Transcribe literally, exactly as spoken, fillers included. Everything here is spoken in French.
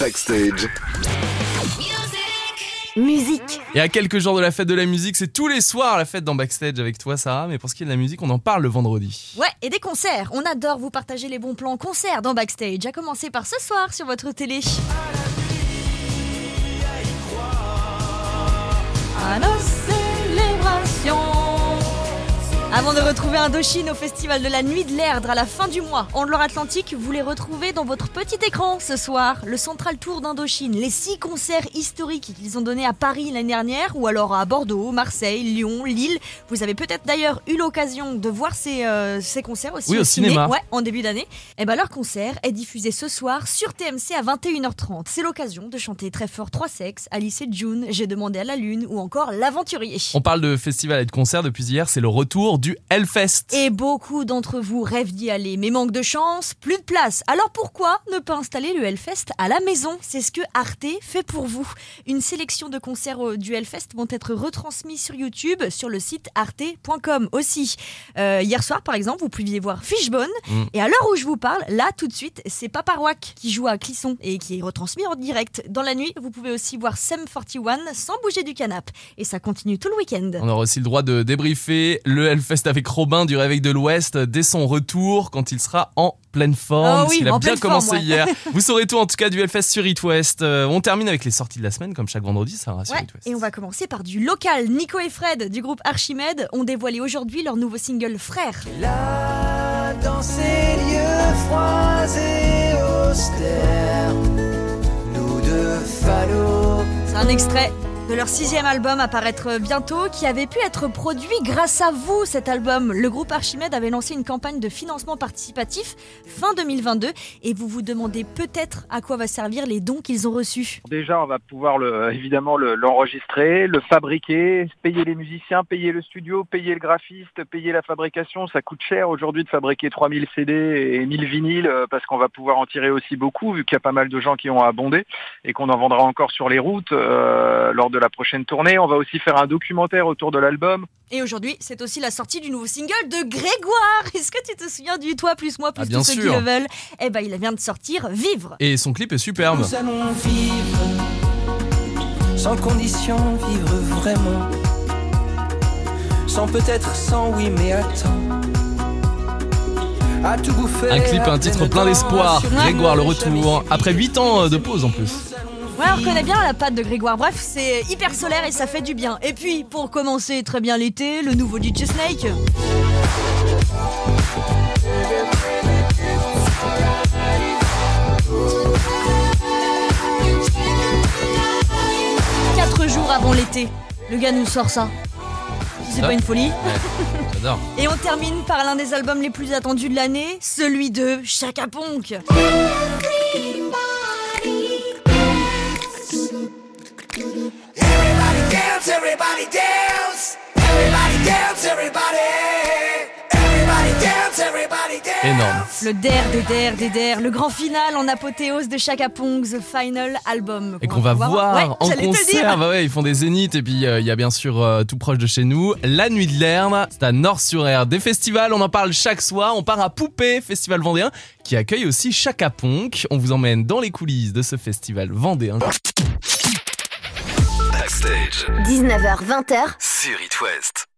Backstage. Musique. Et à quelques jours de la fête de la musique, c'est tous les soirs la fête dans Backstage avec toi Sarah, mais pour ce qui est de la musique, on en parle le vendredi. Ouais, et des concerts. On adore vous partager les bons plans concerts dans Backstage, à commencer par ce soir sur votre télé. À nos célébrations. Avant de retrouver Indochine au festival de la Nuit de l'Erdre à la fin du mois, en Loire-Atlantique, vous les retrouvez dans votre petit écran ce soir. Le Central Tour d'Indochine, les six concerts historiques qu'ils ont donnés à Paris l'année dernière, ou alors à Bordeaux, Marseille, Lyon, Lille. Vous avez peut-être d'ailleurs eu l'occasion de voir ces, euh, ces concerts aussi oui, au, au ciné, cinéma. Ouais, en début d'année. Et ben leur concert est diffusé ce soir sur T M C à vingt et une heures trente. C'est l'occasion de chanter très fort Trois Sexes, Alice et June, J'ai demandé à la lune ou encore L'Aventurier. On parle de festival et de concert depuis hier, c'est le retour du Hellfest. Et beaucoup d'entre vous rêvent d'y aller, mais manque de chance, plus de place. Alors pourquoi ne pas installer le Hellfest à la maison ? C'est ce que Arte fait pour vous. Une sélection de concerts du Hellfest vont être retransmis sur YouTube, sur le site arte point com aussi. Euh, hier soir, par exemple, vous pouviez voir Fishbone. Mm. Et à l'heure où je vous parle, là, tout de suite, c'est Papa Roach qui joue à Clisson et qui est retransmis en direct. Dans la nuit, vous pouvez aussi voir Sum quarante et un sans bouger du canapé. Et ça continue tout le week-end. On aura aussi le droit de débriefer le Hellfest avec Robin du Réveil de l'Ouest dès son retour quand il sera en pleine forme, oh parce oui, qu'il a bien commencé forme, ouais. hier. Vous saurez tout en tout cas du Hellfest sur It West. Euh, on termine avec les sorties de la semaine comme chaque vendredi, Sarah, sur ouais, It West. Et on va commencer par du local. Nico et Fred du groupe Archimède ont dévoilé aujourd'hui leur nouveau single Frère. Là, dans ces lieux froids et austères, nous deux falots. C'est un extrait de leur sixième album à paraître bientôt, qui avait pu être produit grâce à vous, cet album. Le groupe Archimède avait lancé une campagne de financement participatif fin deux mille vingt-deux et vous vous demandez peut-être à quoi va servir les dons qu'ils ont reçus. Déjà, on va pouvoir le, évidemment le, l'enregistrer, le fabriquer, payer les musiciens, payer le studio, payer le graphiste, payer la fabrication. Ça coûte cher aujourd'hui de fabriquer trois mille C D et mille vinyles parce qu'on va pouvoir en tirer aussi beaucoup vu qu'il y a pas mal de gens qui ont abondé et qu'on en vendra encore sur les routes euh, lors de la prochaine tournée. On va aussi faire un documentaire autour de l'album. Et aujourd'hui, c'est aussi la sortie du nouveau single de Grégoire. Est-ce que tu te souviens du Toi plus moi plus ah, tous ceux qui le veulent ? Eh ben, il vient de sortir Vivre. Et son clip est superbe. Nous allons vivre sans condition, vivre vraiment. Sans peut-être, sans oui, mais attends. À tout bouffer. Un clip, un titre plein d'espoir. Grégoire, le retour. Après huit ans de pause en plus. Ouais, on reconnaît bien la patte de Grégoire. Bref, c'est hyper solaire et ça fait du bien. Et puis, pour commencer très bien l'été, le nouveau D J Snake. Quatre jours avant l'été, le gars nous sort ça. C'est pas une folie. Ouais, j'adore. Et on termine par l'un des albums les plus attendus de l'année, celui de Chaka Ponk. Everybody dance, everybody dance, everybody, everybody dance, everybody dance. Énorme. Le der des der des der, le grand final en apothéose de Chaka Ponk, The Final Album. Et qu'on va voir ouais, en concert. Bah ouais, ils font des zéniths et puis il euh, y a bien sûr euh, tout proche de chez nous, la Nuit de l'Erdre, c'est à Nord-sur-Erdre. Des festivals, on en parle chaque soir. On part à Poupée, festival vendéen, qui accueille aussi Chaka Ponk. On vous emmène dans les coulisses de ce festival vendéen. Backstage. dix-neuf heures vingt sur It West.